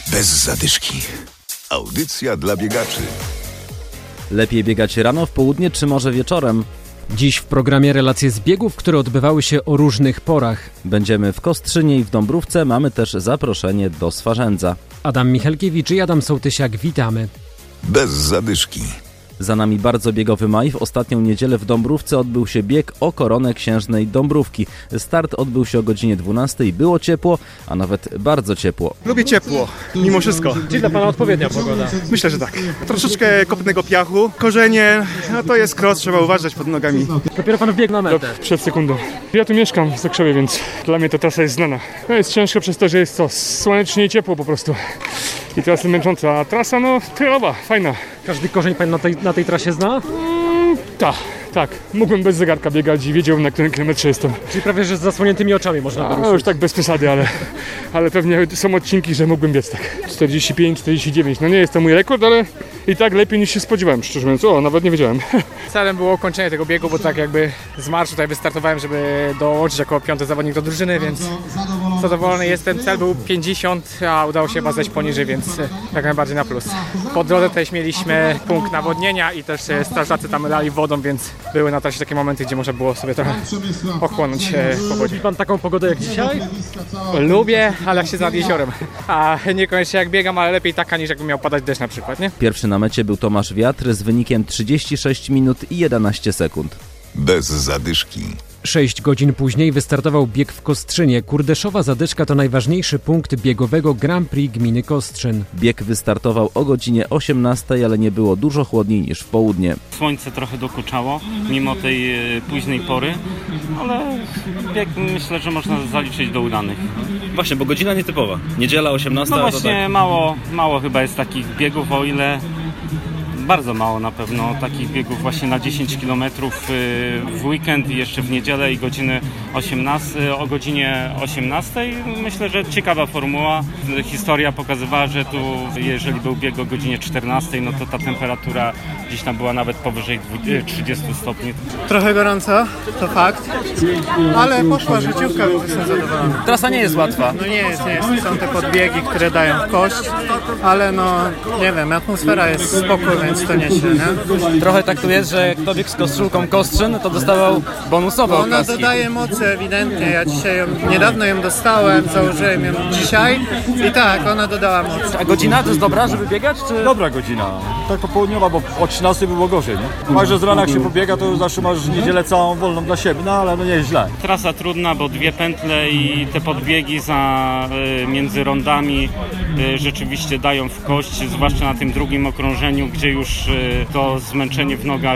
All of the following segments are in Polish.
Bez zadyszki. Audycja dla biegaczy. Lepiej biegać rano, w południe czy może wieczorem? Dziś w programie relacje z biegów, które odbywały się o różnych porach. Będziemy w Kostrzynie i w Dąbrówce, mamy też zaproszenie do Swarzędza. Adam Michalkiewicz i Adam Sołtysiak, witamy. Bez zadyszki. Za nami bardzo biegowy maj. W ostatnią niedzielę w Dąbrówce odbył się bieg o koronę księżnej Dąbrówki. Start odbył się o godzinie 12. Było ciepło, a nawet bardzo ciepło. Lubię ciepło, mimo wszystko. Czy dla Pana odpowiednia pogoda? Myślę, że tak. Troszeczkę kopnego piachu, korzenie, no to jest cross, trzeba uważać pod nogami. Dopiero Pan wbiegł na metę. Przed sekundą. Ja tu mieszkam w Zakrzewie, więc dla mnie ta trasa jest znana. No jest ciężko przez to, że jest słonecznie i ciepło po prostu. I teraz jest męcząca, a trasa tyrowa, fajna. Każdy korzeń Pan na tej trasie zna? Tak. Mógłbym bez zegarka biegać i wiedziałbym, na którym kilometrze jestem. Czyli prawie, że z zasłoniętymi oczami można wyruszyć. No już tak bez przesady, ale pewnie są odcinki, że mógłbym biec tak. 45, 49, no nie jest to mój rekord, ale i tak lepiej niż się spodziewałem, szczerze mówiąc. Nawet nie wiedziałem. Celem było ukończenie tego biegu, bo tak jakby z marszu tutaj wystartowałem, żeby dołączyć jako 5. zawodnik do drużyny, więc zadowolony jestem. Cel był 50, a udało się chyba zejść poniżej, więc jak najbardziej na plus. Po drodze też mieliśmy punkt nawodnienia i też strażacy tam dali wodą, więc były na trasie takie momenty, gdzie można było sobie trochę ochłonąć po wodzie. Lubi Pan taką pogodę jak dzisiaj? Lubię, ale jak się nad jeziorem. A niekoniecznie jak biegam, ale lepiej taka niż jakby miał padać deszcz na przykład, nie? Pierwszy na mecie był Tomasz Wiatr z wynikiem 36 minut i 11 sekund. Bez zadyszki. 6 godzin później wystartował bieg w Kostrzynie. Kurdeszowa Zadyszka to najważniejszy punkt biegowego Grand Prix gminy Kostrzyn. Bieg wystartował o godzinie 18, ale nie było dużo chłodniej niż w południe. Słońce trochę dokuczało, mimo tej późnej pory, ale bieg myślę, że można zaliczyć do udanych. Właśnie, bo godzina nietypowa. Niedziela 18. No właśnie, tak. mało chyba jest takich biegów, o ile bardzo mało na pewno takich biegów właśnie na 10 km w weekend i jeszcze w niedzielę i o godzinie 18. Myślę, że ciekawa formuła. Historia pokazywała, że tu jeżeli był bieg o godzinie 14, no to ta temperatura gdzieś tam była nawet powyżej 30 stopni. Trochę gorąco, to fakt, ale poszła życiówka, więc jestem zadowolony. Trasa nie jest łatwa. No nie jest. Są te podbiegi, które dają w kość, ale nie wiem, atmosfera jest spokój, więc to niesie, nie? Trochę tak tu jest, że kto biegł z koszulką Kostrzyn, to dostawał bonusowe Ona oklaski. dodaje mocy ewidentnie, ja niedawno ją dostałem, założyłem ją dzisiaj i tak, ona dodała mocy. A godzina to jest dobra, żeby biegać? Czy... Dobra godzina, tak popołudniowa, bo o 13 było gorzej, nie? Także z rana jak się pobiega, to zawsze masz niedzielę całą wolną dla siebie, no ale nie jest źle. Trasa trudna, bo 2 pętle i te podbiegi między rondami rzeczywiście dają w kość, zwłaszcza na tym drugim okrążeniu, gdzie już to zmęczenie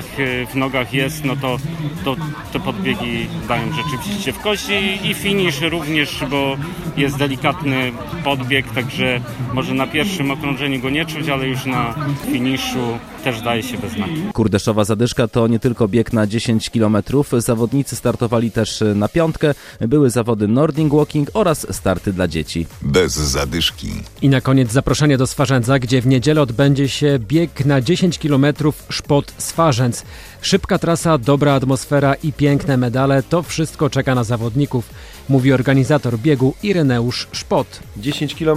w nogach jest, no to te podbiegi dają rzeczywiście w kość i finisz również, bo jest delikatny podbieg, także może na pierwszym okrążeniu go nie czuć, ale już na finiszu też daje się we znaki. Kurdeszowa Zadyszka to nie tylko bieg na 10 km. Zawodnicy startowali też na 5. Były zawody Nordic Walking oraz starty dla dzieci. Bez zadyszki. I na koniec zaproszenie do Swarzędza, gdzie w niedzielę odbędzie się bieg na 10 km Szpot Swarzędz. Szybka trasa, dobra atmosfera i piękne medale, to wszystko czeka na zawodników, mówi organizator biegu Ireneusz Szpot. 10 km,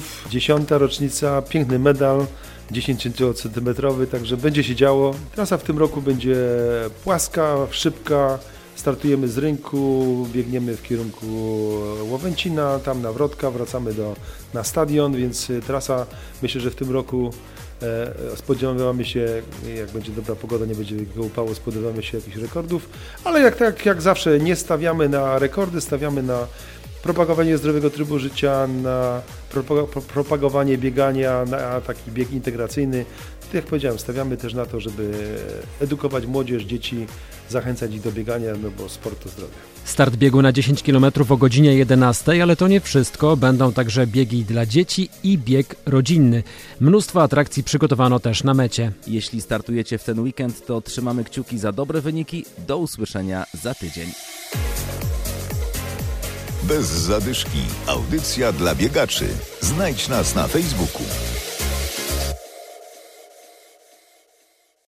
10. rocznica, piękny medal. 10 cm, także będzie się działo. Trasa w tym roku będzie płaska, szybka. Startujemy z rynku, biegniemy w kierunku Łowęcina, tam na Wrotka, wracamy na stadion, więc trasa myślę, że w tym roku spodziewamy się, jak będzie dobra pogoda, nie będzie wielkiego upału, spodziewamy się jakichś rekordów, ale jak zawsze nie stawiamy na rekordy, stawiamy na propagowanie zdrowego trybu życia, na propagowanie biegania, na taki bieg integracyjny. Tak jak powiedziałem, stawiamy też na to, żeby edukować młodzież, dzieci, zachęcać ich do biegania, no bo sport to zdrowie. Start biegu na 10 km o godzinie 11, ale to nie wszystko. Będą także biegi dla dzieci i bieg rodzinny. Mnóstwo atrakcji przygotowano też na mecie. Jeśli startujecie w ten weekend, to trzymamy kciuki za dobre wyniki. Do usłyszenia za tydzień. Bez zadyszki. Audycja dla biegaczy. Znajdź nas na Facebooku.